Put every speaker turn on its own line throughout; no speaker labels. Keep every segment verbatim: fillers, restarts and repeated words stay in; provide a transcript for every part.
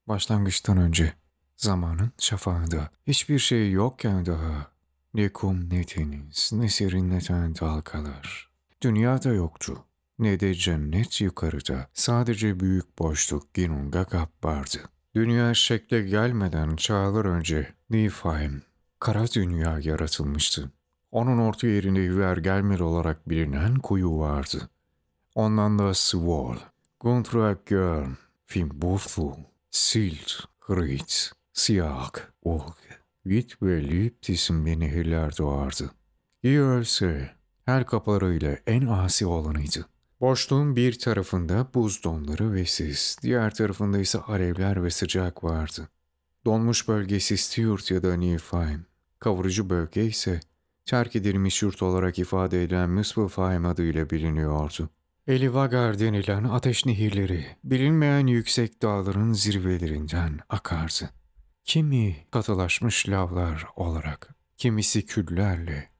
Başlangıçtan önce, zamanın şafağında, hiçbir şey yokken daha, ne kum ne deniz, ne serinleten dalgalar. Dünyada yoktu, ne de cennet yukarıda, sadece büyük boşluk Ginnungagap vardı. Dünya şekle gelmeden çağlar önce Niflheim, kara dünya yaratılmıştı. Onun orta yerinde Yvergelmir olarak bilinen kuyu vardı. Ondan da Svol, Guntragörn, Fimbulful, Silt, Hrit, Siyah, Ulg, Vit ve Lypt isimli nehirler doğardı. Giyol ise her kaplarıyla en asi olanıydı. Boşluğun bir tarafında buz donları ve sis, diğer tarafında ise alevler ve sıcak vardı. Donmuş bölgesi Stewart ya da Niflheim, kavurucu bölge ise terk edilmiş yurt olarak ifade edilen Muspelheim adıyla biliniyordu. Elivagar denilen ateş nehirleri bilinmeyen yüksek dağların zirvelerinden akardı. Kimi katılaşmış lavlar olarak, kimisi küllerle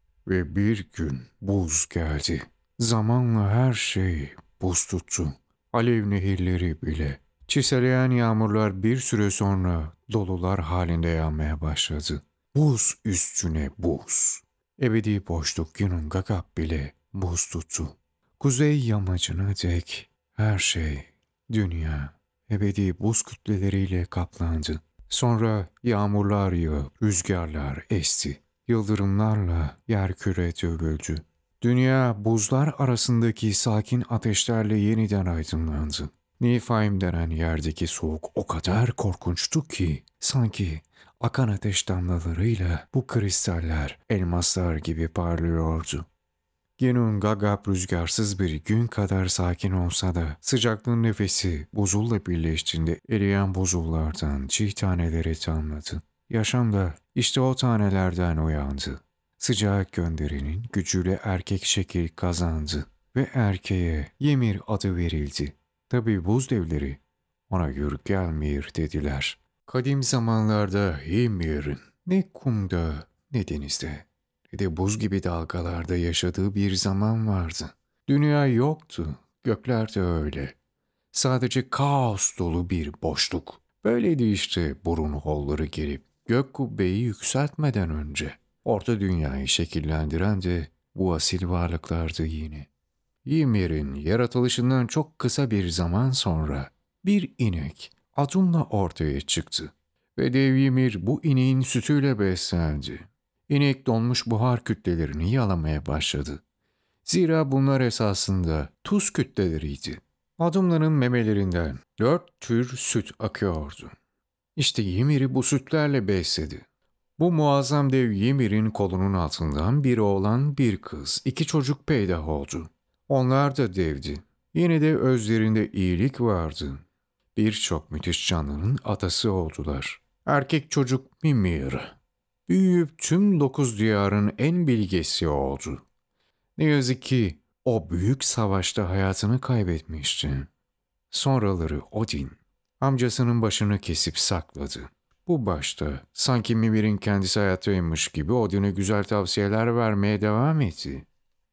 ve bir gün buz geldi. Zamanla her şey buz tuttu. Alev nehirleri bile. Çiseleyen yağmurlar bir süre sonra dolular halinde yağmaya başladı. Buz üstüne buz. Ebedi boşluk Ginnungagap bile buz tuttu. Kuzey yamacına dek her şey, dünya, ebedi buz kütleleriyle kaplandı. Sonra yağmurlar yağıp rüzgarlar esti. Yıldırımlarla yerküre dövüldü. Dünya buzlar arasındaki sakin ateşlerle yeniden aydınlandı. Niflheim denen yerdeki soğuk o kadar korkunçtu ki sanki akan ateş damlalarıyla bu kristaller elmaslar gibi parlıyordu. Ginnungagap rüzgarsız bir gün kadar sakin olsa da sıcaklığın nefesi buzulla birleştiğinde eriyen buzullardan çiğ taneleri damladı. Yaşam da işte o tanelerden uyandı. Sıcak gönderinin gücüyle erkek şekil kazandı ve erkeğe Ymir adı verildi. Tabii buz devleri ona Yürgelmir dediler. Kadim zamanlarda Ymir'in ne kumda ne denizde ve de buz gibi dalgalarda yaşadığı bir zaman vardı. Dünya yoktu, gökler de öyle. Sadece kaos dolu bir boşluk. Böyleydi işte burun holları gelip gök kubbeyi yükseltmeden önce. Orta dünyayı şekillendiren de bu asil varlıklardı yine. Ymir'in yaratılışından çok kısa bir zaman sonra bir inek Adum'la ortaya çıktı. Ve dev Ymir bu ineğin sütüyle beslendi. İnek donmuş buhar kütlelerini yalamaya başladı. Zira bunlar esasında tuz kütleleriydi. Adımların memelerinden dört tür süt akıyordu. İşte Ymir'i bu sütlerle besledi. Bu muazzam dev Ymir'in kolunun altından bir oğlan bir kız, iki çocuk peydah oldu. Onlar da devdi. Yine de özlerinde iyilik vardı. Birçok müthiş canlının atası oldular. Erkek çocuk Mimir. Büyüyüp tüm dokuz diyarın en bilgesi oldu. Ne yazık ki o büyük savaşta hayatını kaybetmişti. Sonraları Odin, amcasının başını kesip sakladı. Bu başta sanki Mimir'in kendisi hayattaymış gibi Odin'e güzel tavsiyeler vermeye devam etti.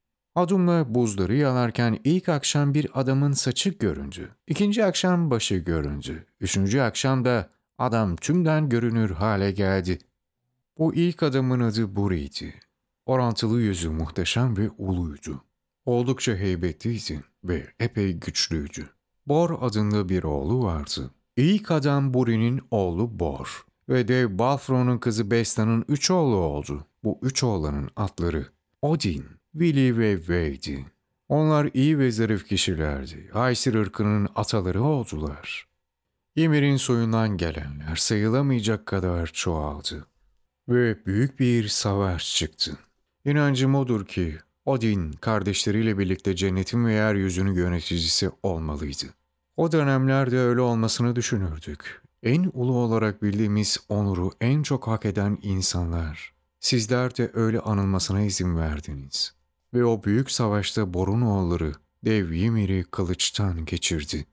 Adum'la buzları yalarken ilk akşam bir adamın saçı göründü. İkinci akşam başı göründü. Üçüncü akşam da adam tümden görünür hale geldi. Bu ilk adamın adı Buri'ydi. Orantılı yüzü muhteşem ve uluydu. Oldukça heybetliydi ve epey güçlüydü. Bor adında bir oğlu vardı. İlk adam Buri'nin oğlu Bor ve dev Balfron'un kızı Besta'nın üç oğlu oldu. Bu üç oğlanın adları Odin, Vili ve Vey'di. Onlar iyi ve zarif kişilerdi. Aysir ırkının ataları oldular. Ymir'in soyundan gelenler sayılamayacak kadar çoğaldı. Ve büyük bir savaş çıktı. İnancım odur ki Odin kardeşleriyle birlikte cennetin ve yeryüzünün yöneticisi olmalıydı. O dönemlerde öyle olmasını düşünürdük. En ulu olarak bildiğimiz onuru en çok hak eden insanlar. Sizler de öyle anılmasına izin verdiniz. Ve o büyük savaşta Bor'un oğulları dev Ymir'i kılıçtan geçirdi.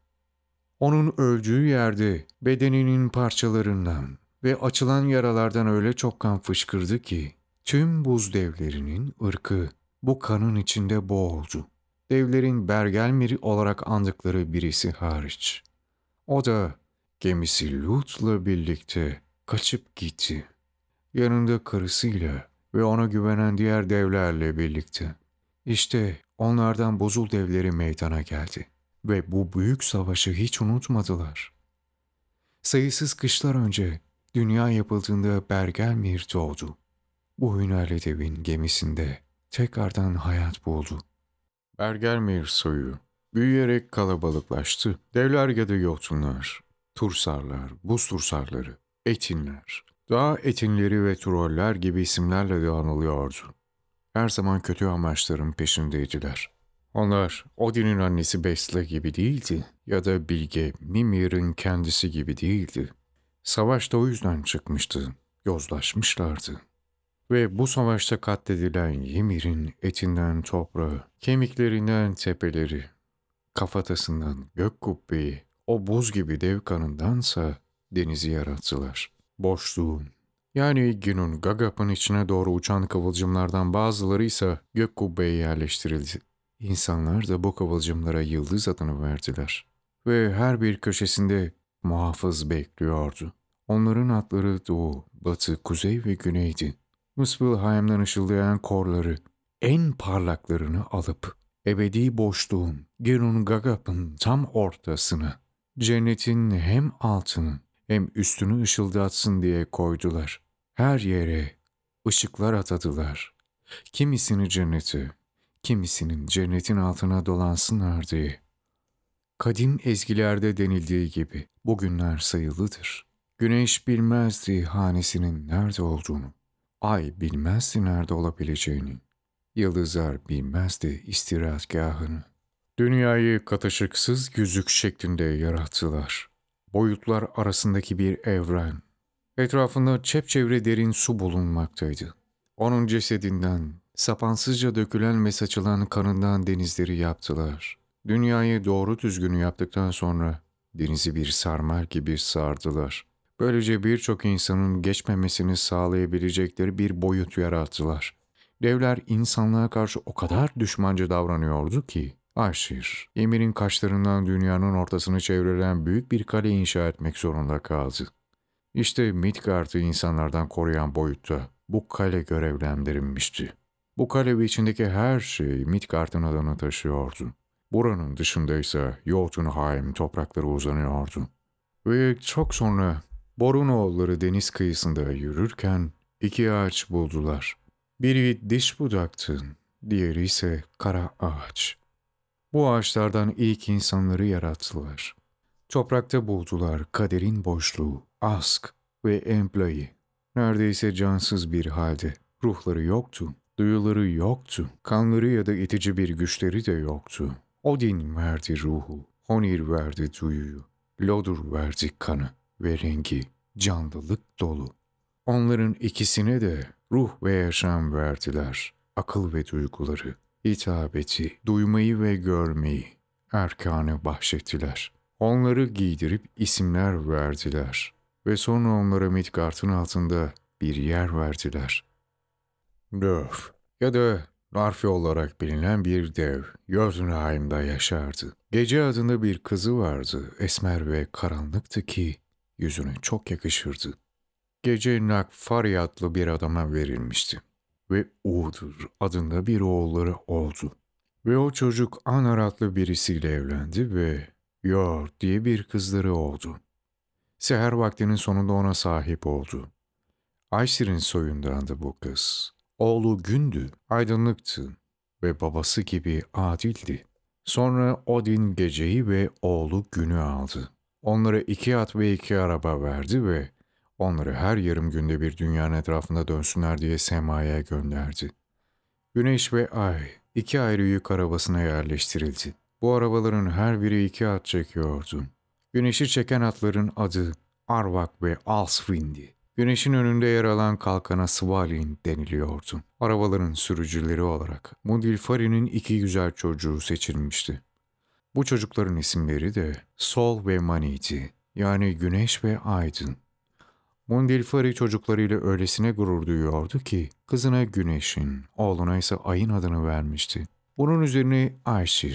Onun öldüğü yerde bedeninin parçalarından ve açılan yaralardan öyle çok kan fışkırdı ki tüm buz devlerinin ırkı bu kanın içinde boğuldu. Devlerin Bergelmir olarak andıkları birisi hariç. O da Gemisi Lut'la birlikte kaçıp gitti. Yanında karısıyla ve ona güvenen diğer devlerle birlikte. İşte onlardan buzul devleri meydana geldi ve bu büyük savaşı hiç unutmadılar. Sayısız kışlar önce dünya yapıldığında Bergelmir doğdu. Bu hünerli devin gemisinde tekrardan hayat buldu. Bergelmir soyu büyüyerek kalabalıklaştı. Devler ya da yotunlar, tursarlar, buz tursarları, etinler, dağ etinleri ve troller gibi isimlerle de anılıyordu. Her zaman kötü amaçların peşindeydiler. Onlar Odin'in annesi Besla gibi değildi ya da bilge Mimir'in kendisi gibi değildi. Savaş da o yüzden çıkmıştı, yozlaşmışlardı. Ve bu savaşta katledilen Ymir'in etinden toprağı, kemiklerinden tepeleri, kafatasından gök kubbeyi, o buz gibi dev kanındansa denizi yarattılar. Boşluğun, yani Ginun Gagap'ın içine doğru uçan kıvılcımlardan bazıları ise gök kubbeye yerleştirildi. İnsanlar da bu kıvılcımlara yıldız adını verdiler. Ve her bir köşesinde muhafız bekliyordu. Onların adları doğu, batı, kuzey ve güneydi. Muspelheim'den ışıldayan korları, en parlaklarını alıp ebedi boşluğun, Ginun Gagap'ın tam ortasına, cennetin hem altını hem üstünü ışıldatsın diye koydular. Her yere ışıklar atadılar. Kimisini cennete, kimisinin cennetin altına dolansınlar diye. Kadim ezgilerde denildiği gibi bugünler sayılıdır. Güneş bilmezdi hanesinin nerede olduğunu. Ay bilmezdi nerede olabileceğini. Yıldızlar bilmezdi istirahatgahını. Dünyayı katışıksız yüzük şeklinde yarattılar. Boyutlar arasındaki bir evren. Etrafında çepçevre derin su bulunmaktaydı. Onun cesedinden, sapansızca dökülen ve saçılan kanından denizleri yaptılar. Dünyayı doğru düzgün yaptıktan sonra denizi bir sarmal gibi sardılar. Böylece birçok insanın geçmemesini sağlayabilecekleri bir boyut yarattılar. Devler insanlığa karşı o kadar düşmanca davranıyordu ki, Aşir, Emir'in kaşlarından dünyanın ortasını çevrelen büyük bir kale inşa etmek zorunda kaldı. İşte Midgard'ı insanlardan koruyan boyutta bu kale görevlendirilmişti. Bu kale ve içindeki her şey Midgard'ın adını taşıyordu. Buranın dışında ise Jotunheim toprakları uzanıyordu. Ve çok sonra Borunoğulları deniz kıyısında yürürken iki ağaç buldular. Biri diş budaktı, diğeri ise kara ağaç. Bu ağaçlardan ilk insanları yarattılar. Toprakta buldular kaderin boşluğu, ask ve emplayı. Neredeyse cansız bir halde. Ruhları yoktu, duyuları yoktu, kanları ya da itici bir güçleri de yoktu. Odin verdi ruhu, Honir verdi duyuyu, Lodur verdi kanı ve rengi, canlılık dolu. Onların ikisine de ruh ve yaşam verdiler, akıl ve duyguları, hitabeti, duymayı ve görmeyi, erkanı bahşettiler. Onları giydirip isimler verdiler ve sonra onlara Midgard'ın altında bir yer verdiler. Nörf ya da Narfi olarak bilinen bir dev Jotunheim'da yaşardı. Gece adında bir kızı vardı, esmer ve karanlıktı ki yüzüne çok yakışırdı. Gece Nakfari adlı bir adama verilmişti ve Uğdur adında bir oğulları oldu. Ve o çocuk Anar adlı birisiyle evlendi ve Yor diye bir kızları oldu. Seher vaktinin sonunda ona sahip oldu. Aysir'in soyundandı bu kız. Oğlu gündü, aydınlıktı ve babası gibi adildi. Sonra Odin geceyi ve oğlu günü aldı. Onlara iki at ve iki araba verdi ve onları her yarım günde bir dünyanın etrafında dönsünler diye semaya gönderdi. Güneş ve ay iki ayrı yük arabasına yerleştirildi. Bu arabaların her biri iki at çekiyordu. Güneşi çeken atların adı Arvak ve Alsvind'i. Güneşin önünde yer alan kalkana Svalin deniliyordu. Arabaların sürücüleri olarak Mundilfari'nin iki güzel çocuğu seçilmişti. Bu çocukların isimleri de Sol ve Mani'ydi. Yani Güneş ve Aydın. Mundilfari çocuklarıyla öylesine gurur duyuyordu ki kızına Güneş'in, oğluna ise Ay'ın adını vermişti. Bunun üzerine Aysir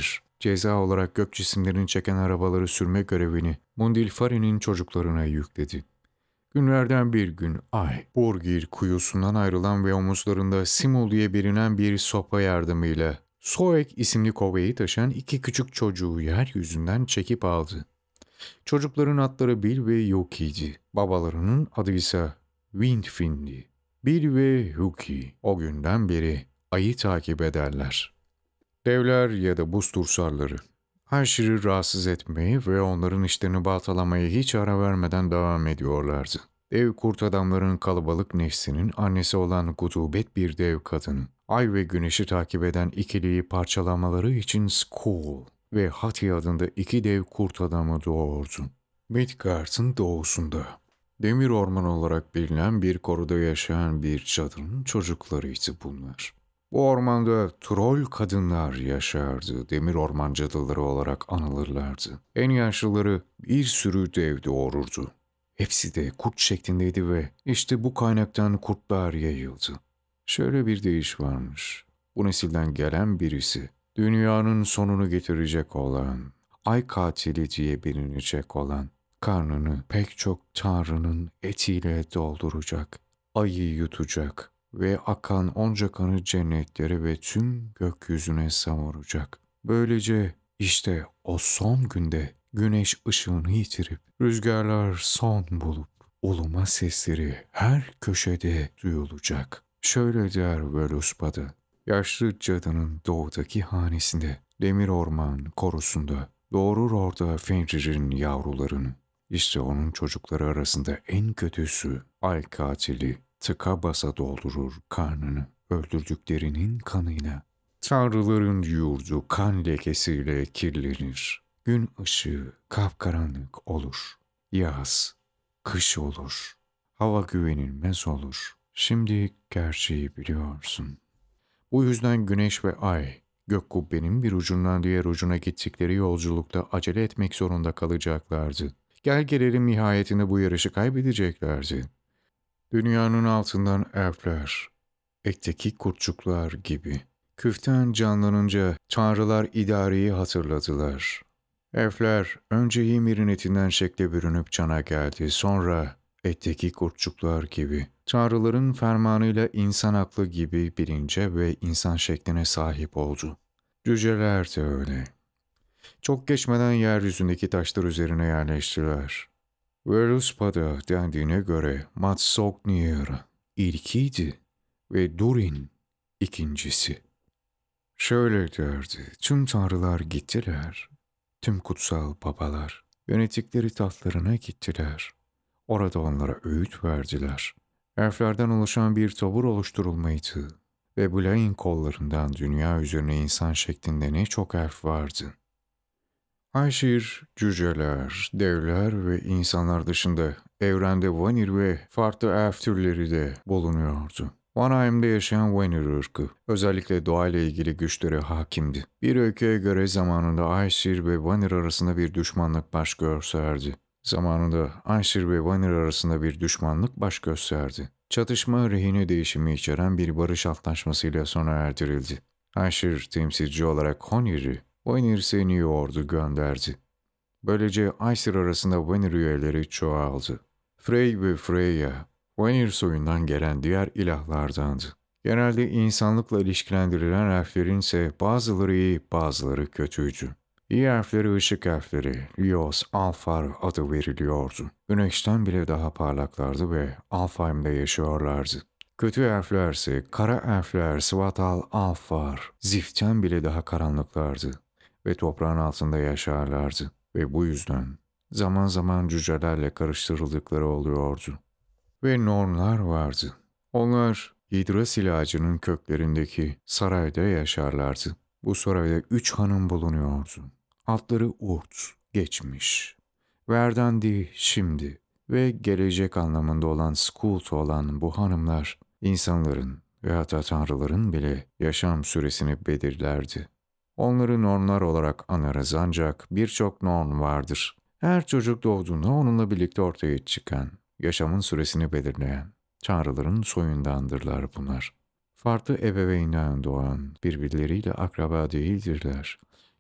ceza olarak gök cisimlerini çeken arabaları sürme görevini Mundilfari'nin çocuklarına yükledi. Günlerden bir gün Ay, Borgir kuyusundan ayrılan ve omuzlarında Simul diye bilinen bir sopa yardımıyla Soek isimli kovayı taşıyan iki küçük çocuğu yeryüzünden çekip aldı. Çocukların adları Bill ve Yuki'ydi. Babalarının adı ise Windfin'di. Bill ve Yuki o günden beri Ay'ı takip ederler. Devler ya da buz tursarları Aşırı rahatsız etmeyi ve onların işlerini baltalamaya hiç ara vermeden devam ediyorlardı. Dev kurt adamların kalabalık neslinin annesi olan gudubet bir dev kadını, ay ve güneşi takip eden ikiliyi parçalamaları için Skull ve Hati adında iki dev kurt adamı doğurdu. Midgard'ın doğusunda, demir orman olarak bilinen bir koruda yaşayan bir cadının çocuklarıydı bunlar. Bu ormanda troll kadınlar yaşardı, demir orman cadıları olarak anılırlardı. En yaşlıları bir sürü dev doğururdu. Hepsi de kurt şeklindeydi ve işte bu kaynaktan kurtlar yayıldı. Şöyle bir deyiş varmış. Bu nesilden gelen birisi, dünyanın sonunu getirecek olan, ay katili diye bilinecek olan, karnını pek çok tanrının etiyle dolduracak, ayı yutacak ve akan onca kanı cennetlere ve tüm gökyüzüne savuracak. Böylece işte o son günde güneş ışığını yitirip, rüzgarlar son bulup, uluma sesleri her köşede duyulacak. Şöyle der Völuspa'da, yaşlı cadının doğudaki hanesinde, demir orman korusunda, doğurur orada Fenrir'in yavrularını. İşte onun çocukları arasında en kötüsü, ay katili, tıka basa doldurur karnını, öldürdüklerinin kanıyla. Tanrıların yurdu kan lekesiyle kirlenir. Gün ışığı kapkaranlık olur. Yaz, kış olur. Hava güvenilmez olur. Şimdi gerçeği biliyorsun. Bu yüzden güneş ve ay, gök kubbenin bir ucundan diğer ucuna gittikleri yolculukta acele etmek zorunda kalacaklardı. Gel gelelim nihayetinde bu yarışı kaybedeceklerdi. Dünyanın altından elfler, ekteki kurtçuklar gibi. Küften canlanınca tanrılar idareyi hatırladılar. Elfler önce Ymir'in etinden şekle bürünüp cana geldi. Sonra etteki kurtçuklar gibi. Tanrıların fermanıyla insan aklı gibi bilince ve insan şekline sahip oldu. Cüceler de öyle. Çok geçmeden yeryüzündeki taşlar üzerine yerleştiler. Völuspa'da dendiğine göre Matsognir ilkiydi ve Durin ikincisi. Şöyle derdi, tüm tanrılar gittiler, tüm kutsal babalar yönettikleri tahtlarına gittiler. Orada onlara öğüt verdiler. Elflerden oluşan bir tabur oluşturulmaydı ve Blaine kollarından dünya üzerine insan şeklinde ne çok elf vardı. Aşir, cüceler, devler ve insanlar dışında evrende Vanir ve farklı elf türleri de bulunuyordu. Vanaheim'de yaşayan Vanir ırkı özellikle doğayla ilgili güçlere hakimdi. Bir öyküye göre zamanında Aşir ve Vanir arasında bir düşmanlık baş gösterdi. Zamanında Aşir ve Vanir arasında bir düşmanlık baş gösterdi. Çatışma rehine değişimi içeren bir barış antlaşmasıyla sona erdirildi. Aşir temsilci olarak Honir'i, Vanir ise New York'u gönderdi. Böylece Aesir arasında Vanir üyeleri çoğaldı. Frey ve Freya, Vanir soyundan gelen diğer ilahlardandı. Genelde insanlıkla ilişkilendirilen elflerin ise bazıları iyi, bazıları kötüydü. İyi elfleri ışık elfleri, Lios, Alfar adı veriliyordu. Güneşten bile daha parlaklardı ve Alfheim'de yaşıyorlardı. Kötü elfler ise kara elfler, Svatal, Alfar, Zift'ten bile daha karanlıklardı ve toprağın altında yaşarlardı ve bu yüzden zaman zaman cücelerle karıştırıldıkları oluyordu. Ve Nornlar vardı. Onlar Yggdrasil ağacının köklerindeki sarayda yaşarlardı. Bu sarayda üç hanım bulunuyordu. Adları Urt, geçmiş, Verdandi, şimdi ve gelecek anlamında olan Skuld olan bu hanımlar, insanların ve hatta tanrıların bile yaşam süresini belirlerdi. Onları normlar olarak anarız ancak birçok norm vardır. Her çocuk doğduğunda onunla birlikte ortaya çıkan, yaşamın süresini belirleyen, tanrıların soyundandırlar bunlar. Farklı ebeveynden doğan, birbirleriyle akraba değildirler.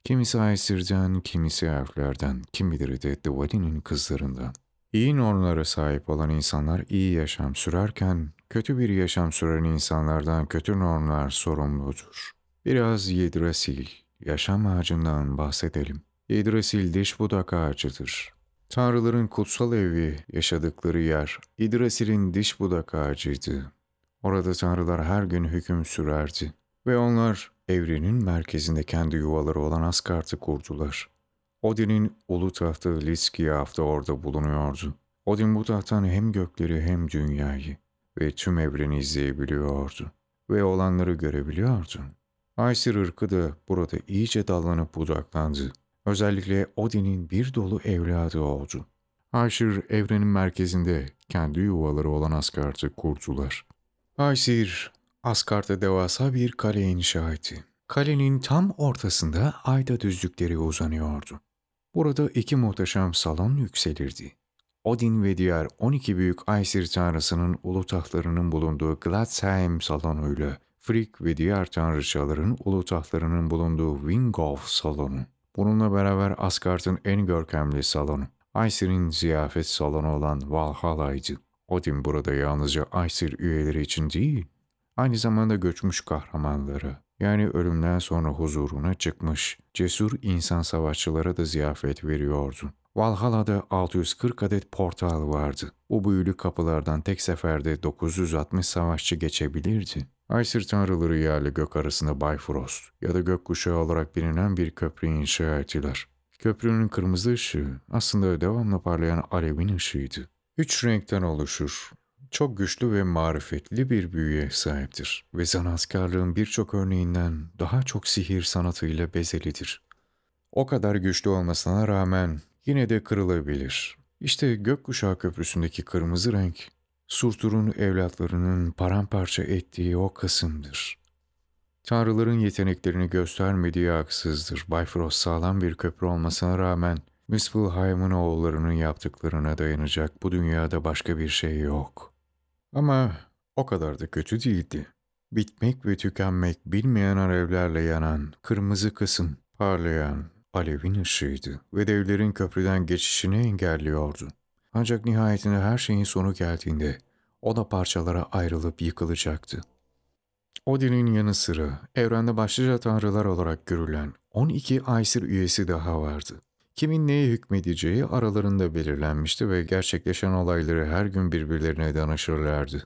Kimisi Aesir'den, kimisi elflerden, kimileri de Dwali'nin kızlarından. İyi normlara sahip olan insanlar iyi yaşam sürerken, kötü bir yaşam süren insanlardan kötü normlar sorumludur. Biraz Yggdrasil, yaşam ağacından bahsedelim. Yggdrasil diş budak ağacıdır. Tanrıların kutsal evi, yaşadıkları yer, Yggdrasil'in diş budak ağacıydı. Orada tanrılar her gün hüküm sürerdi ve onlar evrenin merkezinde kendi yuvaları olan Asgard'ı kurdular. Odin'in ulu tahtı Liskiaf da orada bulunuyordu. Odin bu tahttan hem gökleri hem dünyayı ve tüm evreni izleyebiliyordu ve olanları görebiliyordu. Aesir ırkı da burada iyice dallanıp budaklandı. Özellikle Odin'in bir dolu evladı oldu. Aesir evrenin merkezinde kendi yuvaları olan Asgard'ı kurdular. Aesir, Asgard'da devasa bir kale inşa etti. Kalenin tam ortasında ayda düzlükleri uzanıyordu. Burada iki muhteşem salon yükselirdi. Odin ve diğer on iki büyük Aesir tanrısının ulu tahtlarının bulunduğu Gladsheim salonuyla Frigg ve diğer tanrıçaların ulu tahtlarının bulunduğu Wingolf salonu. Bununla beraber Asgard'ın en görkemli salonu, Aesir'in ziyafet salonu olan Valhalla'ydı. Odin burada yalnızca Aesir üyeleri için değil, aynı zamanda göçmüş kahramanlara, yani ölümden sonra huzuruna çıkmış cesur insan savaşçılara da ziyafet veriyordu. Valhalla'da altı yüz kırk adet portal vardı. Bu büyülü kapılardan tek seferde dokuz yüz altmış savaşçı geçebilirdi. Aesir tanrıları yerle gök arasında Bifrost ya da gökkuşağı olarak bilinen bir köprü inşa ettiler. Köprünün kırmızı ışığı aslında devamlı parlayan alevin ışığıydı. Üç renkten oluşur. Çok güçlü ve marifetli bir büyüye sahiptir ve zanaatskarlığın birçok örneğinden daha çok sihir sanatıyla bezelidir. O kadar güçlü olmasına rağmen yine de kırılabilir. İşte Gökkuşağı Köprüsü'ndeki kırmızı renk, Surtur'un evlatlarının paramparça ettiği o kısımdır. Tanrıların yeteneklerini göstermediği haksızdır. Bifrost sağlam bir köprü olmasına rağmen Muspelheim'in oğullarının yaptıklarına dayanacak bu dünyada başka bir şey yok. Ama o kadar da kötü değildi. Bitmek ve tükenmek bilmeyen alevlerle yanan kırmızı kısım, parlayan alevin ışığıydı ve devlerin köprüden geçişini engelliyordu. Ancak nihayetinde her şeyin sonu geldiğinde o da parçalara ayrılıp yıkılacaktı. Odin'in yanı sıra evrende başlıca tanrılar olarak görülen on iki Aesir üyesi daha vardı. Kimin neye hükmedeceği aralarında belirlenmişti ve gerçekleşen olayları her gün birbirlerine danışırlardı.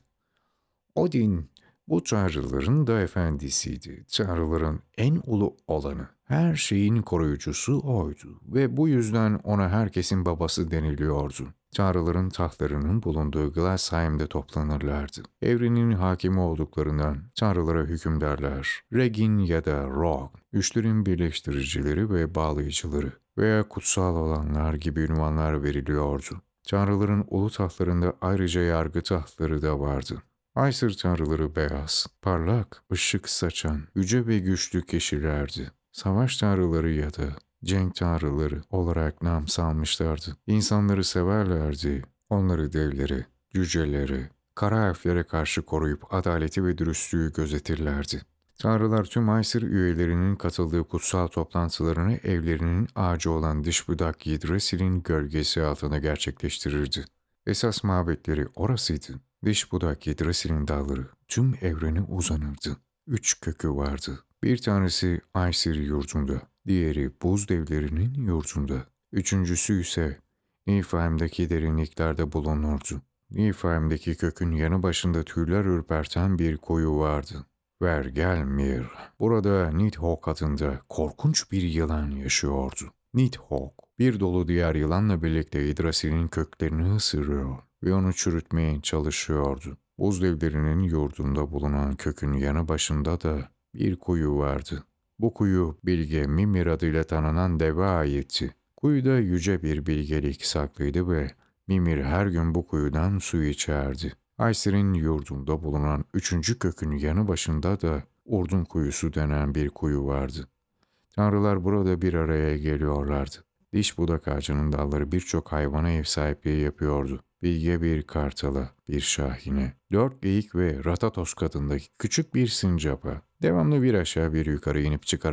Odin, bu tanrıların da efendisiydi. Tanrıların en ulu olanı, her şeyin koruyucusu oydu ve bu yüzden ona herkesin babası deniliyordu. Tanrıların tahtlarının bulunduğu Gladsheim'de toplanırlardı. Evrenin hakimi olduklarından tanrılara hükümdarlar, Regin ya da Rog, güçlerin birleştiricileri ve bağlayıcıları veya kutsal olanlar gibi ünvanlar veriliyordu. Tanrıların ulu tahtlarında ayrıca yargı tahtları da vardı. Aesir tanrıları beyaz, parlak, ışık saçan, yüce ve güçlü kişilerdi. Savaş tanrıları ya da cenk tanrıları olarak nam salmışlardı. İnsanları severlerdi. Onları devlere, cücelere, kara elflere karşı koruyup adaleti ve dürüstlüğü gözetirlerdi. Tanrılar tüm Aesir üyelerinin katıldığı kutsal toplantılarını evlerinin ağacı olan dişbudak Yggdrasil'in gölgesi altında gerçekleştirirdi. Esas mabetleri orasıydı. Dişbudak Yggdrasil'in dalları tüm evrene uzanırdı. Üç kökü vardı. Bir tanesi Aesir yurdunda, diğeri buz devlerinin yurdunda. Üçüncüsü ise Niflheim'deki derinliklerde bulunurdu. Niflheim'deki kökün yanı başında tüyler ürperten bir koyu vardı. Vergelmir. Burada Nidhogg adında korkunç bir yılan yaşıyordu. Nidhogg, bir dolu diğer yılanla birlikte Yggdrasil'in köklerini ısırıyor ve onu çürütmeye çalışıyordu. Buz devlerinin yurdunda bulunan kökün yanı başında da bir kuyu vardı. Bu kuyu bilge Mimir adıyla tanınan deve aitti. Kuyuda yüce bir bilgelik saklıydı ve Mimir her gün bu kuyudan su içerdi. Aesir'in yurdunda bulunan üçüncü kökün yanı başında da Urdun Kuyusu denen bir kuyu vardı. Tanrılar burada bir araya geliyorlardı. Diş budak ağacının dalları birçok hayvana ev sahipliği yapıyordu. Bilge bir kartala, bir şahine, dört geyik ve Ratatos kadındaki küçük bir sincapa. Devamlı bir aşağı bir yukarı inip çıkarak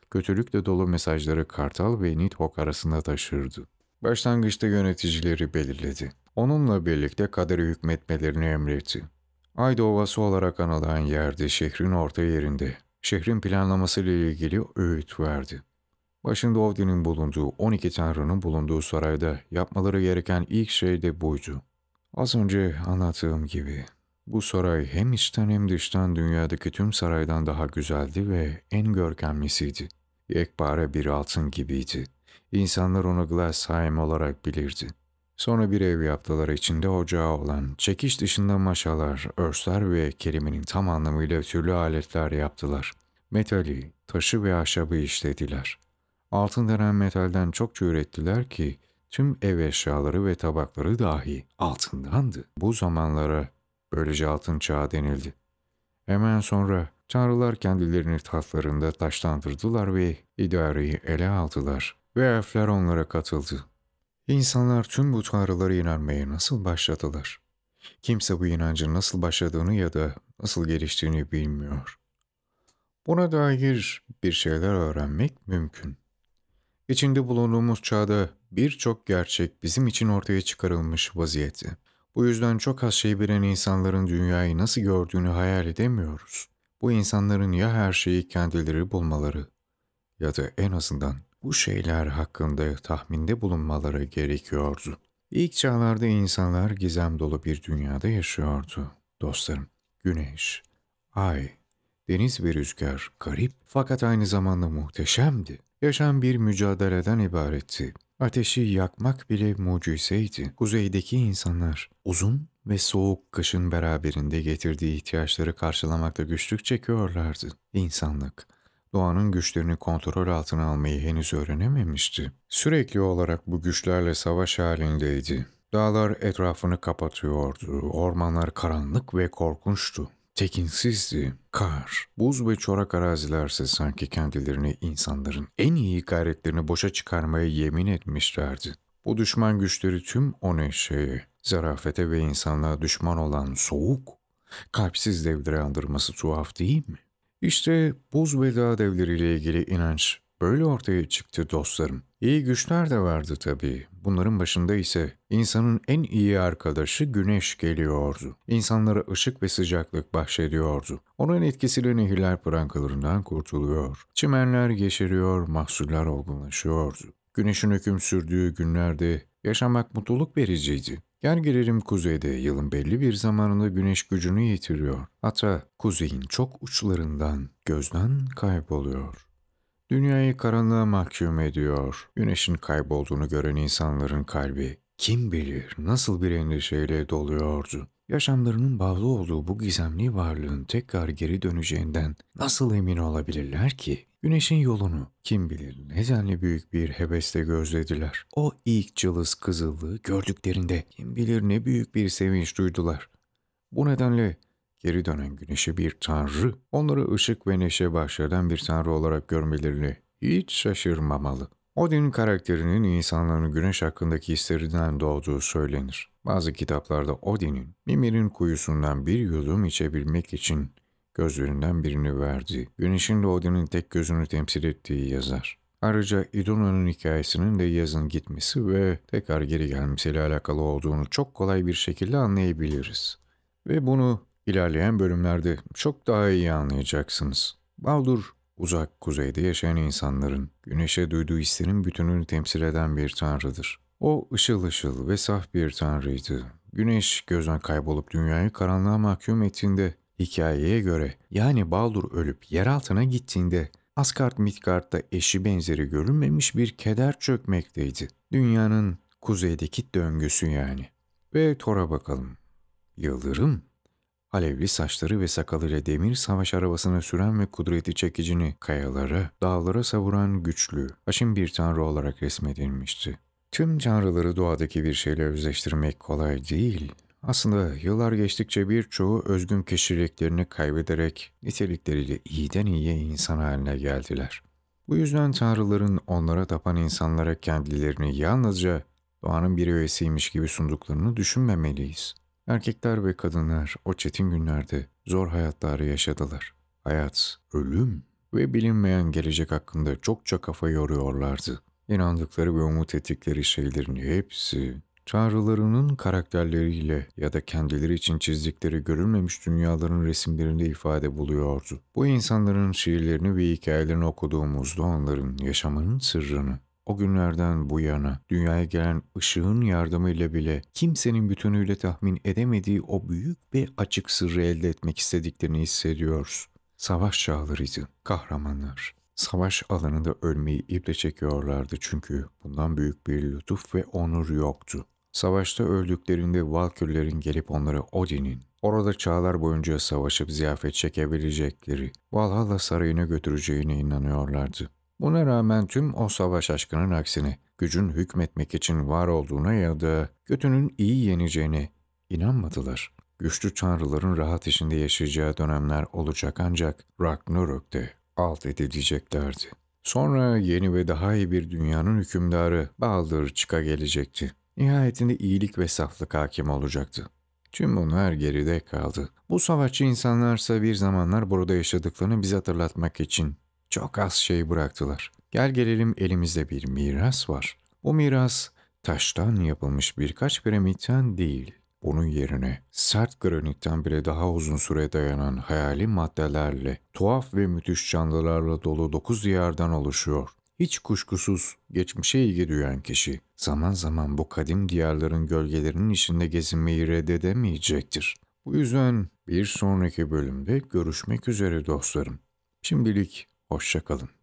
kötülükle dolu mesajları Kartal ve Nidhogg arasında taşırdı. Başlangıçta yöneticileri belirledi. Onunla birlikte kadere hükmetmelerini emretti. Ayda Ovası olarak anılan yerde şehrin orta yerinde, şehrin planlamasıyla ilgili öğüt verdi. Başında Odin'in bulunduğu on iki tanrının bulunduğu sarayda yapmaları gereken ilk şey de buydu. Az önce anlattığım gibi bu saray hem içten hem dıştan dünyadaki tüm saraydan daha güzeldi ve en görkemlisiydi. Yekpare bir altın gibiydi. İnsanlar onu Glassheim olarak bilirdi. Sonra bir ev yaptılar, içinde ocağı olan, çekiş dışında maşalar, örsler ve kelimenin tam anlamıyla türlü aletler yaptılar. Metali, taşı ve ahşabı işlediler. Altın denen metalden çokça ürettiler ki tüm ev eşyaları ve tabakları dahi altındandı. Bu zamanlara böylece altın çağı denildi. Hemen sonra tanrılar kendilerini tahtlarında taşlandırdılar ve idareyi ele aldılar ve elfler onlara katıldı. İnsanlar tüm bu tanrılara inanmaya nasıl başladılar? Kimse bu inancın nasıl başladığını ya da nasıl geliştiğini bilmiyor. Buna dair bir şeyler öğrenmek mümkün. İçinde bulunduğumuz çağda birçok gerçek bizim için ortaya çıkarılmış vaziyette. Bu yüzden çok az şey bilen insanların dünyayı nasıl gördüğünü hayal edemiyoruz. Bu insanların ya her şeyi kendileri bulmaları ya da en azından bu şeyler hakkında tahminde bulunmaları gerekiyordu. İlk çağlarda insanlar gizem dolu bir dünyada yaşıyordu. Dostlarım, güneş, ay, deniz ve rüzgar garip fakat aynı zamanda muhteşemdi. Yaşam bir mücadeleden ibaretti. Ateşi yakmak bile mucizeydi. Kuzeydeki insanlar uzun ve soğuk kışın beraberinde getirdiği ihtiyaçları karşılamakta güçlük çekiyorlardı. İnsanlık, doğanın güçlerini kontrol altına almayı henüz öğrenememişti. Sürekli olarak bu güçlerle savaş halindeydi. Dağlar etrafını kapatıyordu, ormanlar karanlık ve korkunçtu. Tekinsizdi. Kar, buz ve çorak arazilerse sanki kendilerini insanların en iyi gayretlerini boşa çıkarmaya yemin etmişlerdi. Bu düşman güçleri tüm o neşeye, zarafete ve insanlığa düşman olan soğuk, kalpsiz devleri andırması tuhaf değil mi? İşte buz ve dağ devleriyle ilgili inanç böyle ortaya çıktı dostlarım. İyi güçler de vardı tabii. Bunların başında ise insanın en iyi arkadaşı güneş geliyordu. İnsanlara ışık ve sıcaklık bahşediyordu. Onun etkisiyle nehirler prangalarından kurtuluyor. Çimenler yeşeriyor, mahsuller olgunlaşıyordu. Güneşin hüküm sürdüğü günlerde yaşamak mutluluk vericiydi. Gel gelelim kuzeyde yılın belli bir zamanında güneş gücünü yitiriyor. Hatta kuzeyin çok uçlarından gözden kayboluyor. Dünyayı karanlığa mahkum ediyor. Güneşin kaybolduğunu gören insanların kalbi kim bilir nasıl bir endişeyle doluyordu. Yaşamlarının bağlı olduğu bu gizemli varlığın tekrar geri döneceğinden nasıl emin olabilirler ki? Güneşin yolunu kim bilir nedenli büyük bir hevesle gözlediler. O ilk cılız kızıllığı gördüklerinde kim bilir ne büyük bir sevinç duydular. Bu nedenle geri dönen güneşi bir tanrı, onları ışık ve neşe bahşeden bir tanrı olarak görmelerini hiç şaşırmamalı. Odin karakterinin insanların güneş hakkındaki hislerinden doğduğu söylenir. Bazı kitaplarda Odin'in Mimir'in kuyusundan bir yudum içebilmek için gözlerinden birini verdiği, güneşin de Odin'in tek gözünü temsil ettiği yazar. Ayrıca Iduna'nın hikayesinin de yazın gitmesi ve tekrar geri gelmesiyle alakalı olduğunu çok kolay bir şekilde anlayabiliriz. Ve bunu ilerleyen bölümlerde çok daha iyi anlayacaksınız. Baldur, uzak kuzeyde yaşayan insanların güneşe duyduğu hislerin bütününü temsil eden bir tanrıdır. O ışıl ışıl ve saf bir tanrıydı. Güneş gözden kaybolup dünyayı karanlığa mahkum ettiğinde, hikayeye göre yani Baldur ölüp yer altına gittiğinde Asgard Midgard'da eşi benzeri görülmemiş bir keder çökmekteydi. Dünyanın kuzeydeki döngüsü yani. Ve Thor'a bakalım. Yıldırım, alevli saçları ve sakalıyla demir savaş arabasını süren ve kudreti çekicini kayalara, dağlara savuran güçlü, aşın bir tanrı olarak resmedilmişti. Tüm tanrıları doğadaki bir şeyle özleştirmek kolay değil. Aslında yıllar geçtikçe birçoğu özgün kişiliklerini kaybederek nitelikleriyle iyiden iyiye insan haline geldiler. Bu yüzden tanrıların onlara tapan insanlara kendilerini yalnızca doğanın bir öğesiymiş gibi sunduklarını düşünmemeliyiz. Erkekler ve kadınlar o çetin günlerde zor hayatları yaşadılar. Hayat, ölüm ve bilinmeyen gelecek hakkında çokça kafa yoruyorlardı. İnandıkları ve umut ettikleri şeylerin hepsi tanrılarının karakterleriyle ya da kendileri için çizdikleri görülmemiş dünyaların resimlerinde ifade buluyordu. Bu insanların şiirlerini ve hikayelerini okuduğumuzda onların yaşamının sırrını, o günlerden bu yana dünyaya gelen ışığın yardımıyla bile kimsenin bütünüyle tahmin edemediği o büyük ve açık sırrı elde etmek istediklerini hissediyoruz. Savaş çağlarıydı, kahramanlar. Savaş alanında ölmeyi iple çekiyorlardı çünkü bundan büyük bir lütuf ve onur yoktu. Savaşta öldüklerinde Valkürlerin gelip onları Odin'in, orada çağlar boyunca savaşıp ziyafet çekebilecekleri Valhalla sarayına götüreceğine inanıyorlardı. Buna rağmen tüm o savaş aşkının aksine gücün hükmetmek için var olduğuna ya da kötünün iyi yeneceğine inanmadılar. Güçlü tanrıların rahat içinde yaşayacağı dönemler olacak ancak Ragnarök'te alt edileceklerdi. Sonra yeni ve daha iyi bir dünyanın hükümdarı Baldur çıka gelecekti. Nihayetinde iyilik ve saflık hakim olacaktı. Tüm bunlar geride kaldı. Bu savaşçı insanlarsa bir zamanlar burada yaşadıklarını bize hatırlatmak için çok az şey bıraktılar. Gel gelelim elimizde bir miras var. Bu miras taştan yapılmış birkaç piramitten değil. Bunun yerine sert granitten bile daha uzun süre dayanan hayali maddelerle, tuhaf ve müthiş canlılarla dolu dokuz diyardan oluşuyor. Hiç kuşkusuz geçmişe ilgi duyan kişi zaman zaman bu kadim diyarların gölgelerinin içinde gezinmeyi reddedemeyecektir. Bu yüzden bir sonraki bölümde görüşmek üzere dostlarım. Şimdilik hoşça kalın.